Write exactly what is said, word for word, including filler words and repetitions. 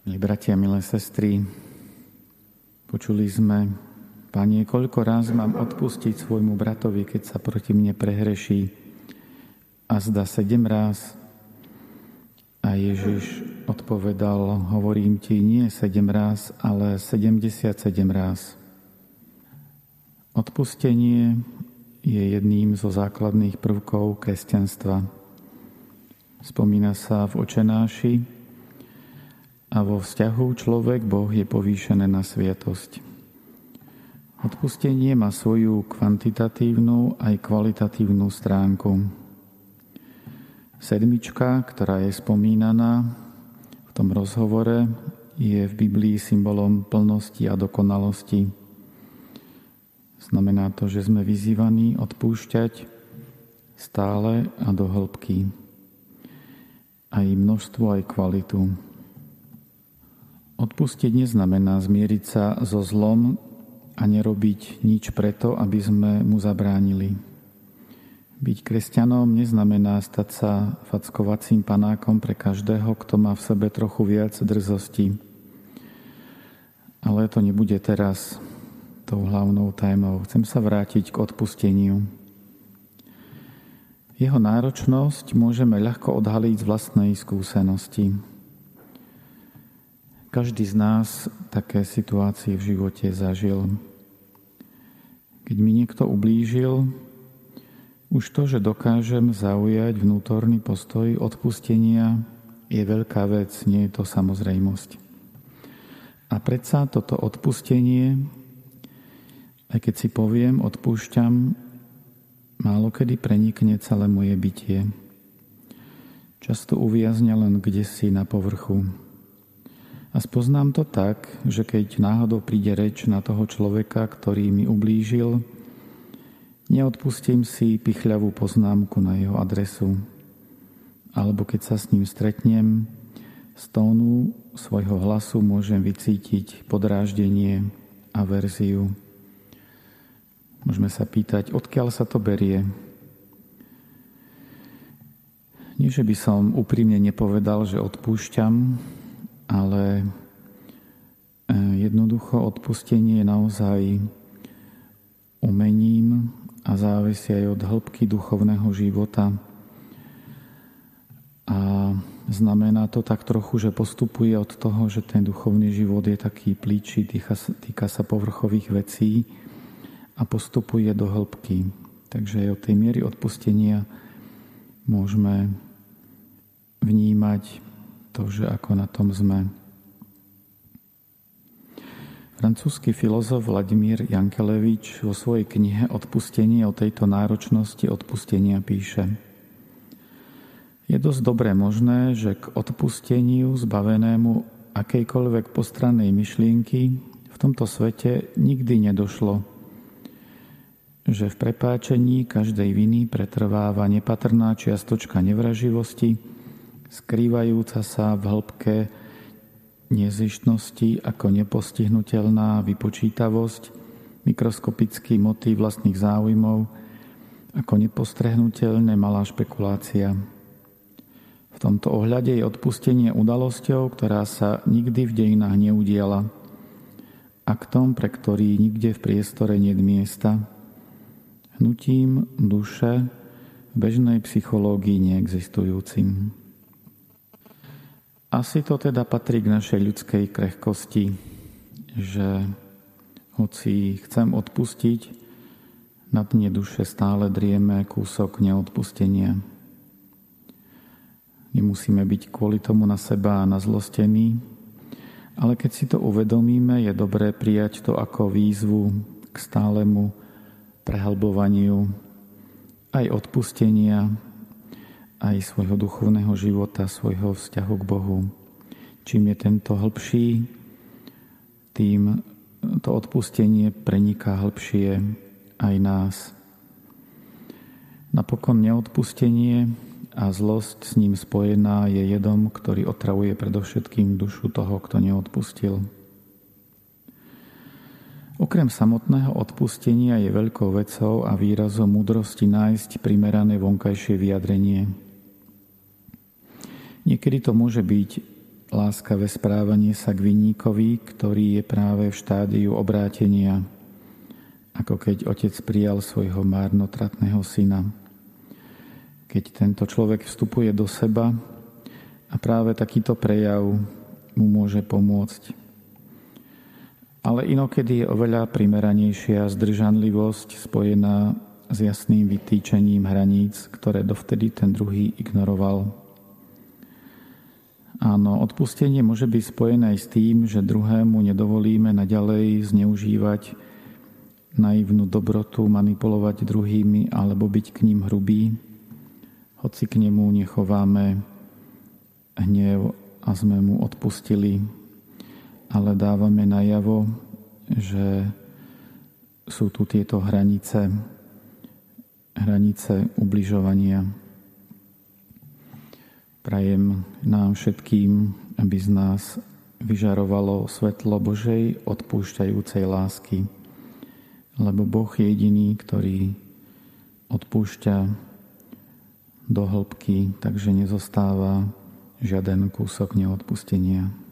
Milí bratia, milé sestry, počuli sme: Pane, koľko ráz mám odpustiť svojmu bratovi, keď sa proti mne prehreší? A zda sedem ráz. A Ježiš odpovedal: hovorím ti, nie sedem ráz, ale sedemdesiatsedem ráz. Odpustenie je jedným zo základných prvkov kresťanstva. Spomína sa v Otčenáši a vo vzťahu človek-Boh je povýšené na sviatosť. Odpustenie má svoju kvantitatívnu aj kvalitatívnu stránku. Sedmička, ktorá je spomínaná v tom rozhovore, je v Biblii symbolom plnosti a dokonalosti. Znamená to, že sme vyzývaní odpúšťať stále a do hĺbky. Aj množstvo, aj kvalitu. Odpustiť neznamená zmieriť sa so zlom a nerobiť nič preto, aby sme mu zabránili. Byť kresťanom neznamená stať sa fackovacím panákom pre každého, kto má v sebe trochu viac drzosti. Ale to nebude teraz tou hlavnou témou. Chcem sa vrátiť k odpusteniu. Jeho náročnosť môžeme ľahko odhaliť z vlastnej skúsenosti. Každý z nás také situácie v živote zažil. Keď mi niekto ublížil, už to, že dokážem zaujať vnútorný postoj odpustenia, je veľká vec, nie je to samozrejmosť. A predsa toto odpustenie, aj keď si poviem, odpúšťam, málokedy prenikne celé moje bytie. Často uviazňa len kdesi na povrchu. A spoznám to tak, že keď náhodou príde reč na toho človeka, ktorý mi ublížil, neodpustím si pichľavú poznámku na jeho adresu. Alebo keď sa s ním stretnem, z tónu svojho hlasu môžem vycítiť podráždenie, averziu. Môžeme sa pýtať, odkiaľ sa to berie. Nie, že by som úprimne nepovedal, že odpúšťam, ale jednoducho odpustenie je naozaj umením a závisí aj od hĺbky duchovného života. A znamená to tak trochu, že postupuje od toho, že ten duchovný život je taký plíčí, týka, týka sa povrchových vecí a postupuje do hĺbky. Takže od tej miery odpustenia môžeme vnímať to, že ako na tom sme. Francúzsky filozof Vladimír Jankelevič vo svojej knihe Odpustenie o tejto náročnosti odpustenia píše: Je dosť dobre možné, že k odpusteniu zbavenému akejkoľvek postrannej myšlienky v tomto svete nikdy nedošlo. Že v prepáčení každej viny pretrváva nepatrná čiastočka nevraživosti, skrývajúca sa v hĺbke nezištnosti ako nepostihnuteľná vypočítavosť, mikroskopický motív vlastných záujmov, ako nepostrehnuteľne malá špekulácia. V tomto ohľade je odpustenie udalosťou, ktorá sa nikdy v dejinách neudiala, aktom, pre ktorý nikde v priestore niet miesta, hnutím duše v bežnej psychológii neexistujúcim. Asi to teda patrí k našej ľudskej krehkosti, že hoci chcem odpustiť, na dne duše stále drieme kúsok neodpustenia. Nemusíme byť kvôli tomu na seba nazlostení, ale keď si to uvedomíme, je dobré prijať to ako výzvu k stálemu prehlbovaniu aj odpustenia, aj svojho duchovného života, svojho vzťahu k Bohu. Čím je tento hlbší, tým to odpustenie preniká hlbšie aj nás. Napokon neodpustenie a zlosť s ním spojená je jedom, ktorý otravuje predovšetkým dušu toho, kto neodpustil. Okrem samotného odpustenia je veľkou vecou a výrazom múdrosti nájsť primerané vonkajšie vyjadrenie. Niekedy to môže byť láskavé správanie sa k vinníkovi, ktorý je práve v štádiu obrátenia, ako keď otec prijal svojho márnotratného syna. Keď tento človek vstupuje do seba a práve takýto prejav mu môže pomôcť. Ale inokedy je oveľa primeranejšia zdržanlivosť spojená s jasným vytýčením hraníc, ktoré dovtedy ten druhý ignoroval. Áno, odpustenie môže byť spojené aj s tým, že druhému nedovolíme naďalej zneužívať naivnú dobrotu, manipulovať druhými alebo byť k ním hrubý, hoci k nemu nechováme hnev a sme mu odpustili, ale dávame najavo, že sú tu tieto hranice, hranice ubližovania. Prajem nám všetkým, aby z nás vyžarovalo svetlo Božej odpúšťajúcej lásky, lebo Boh je jediný, ktorý odpúšťa do hĺbky, takže nezostáva žiaden kúsok neodpustenia.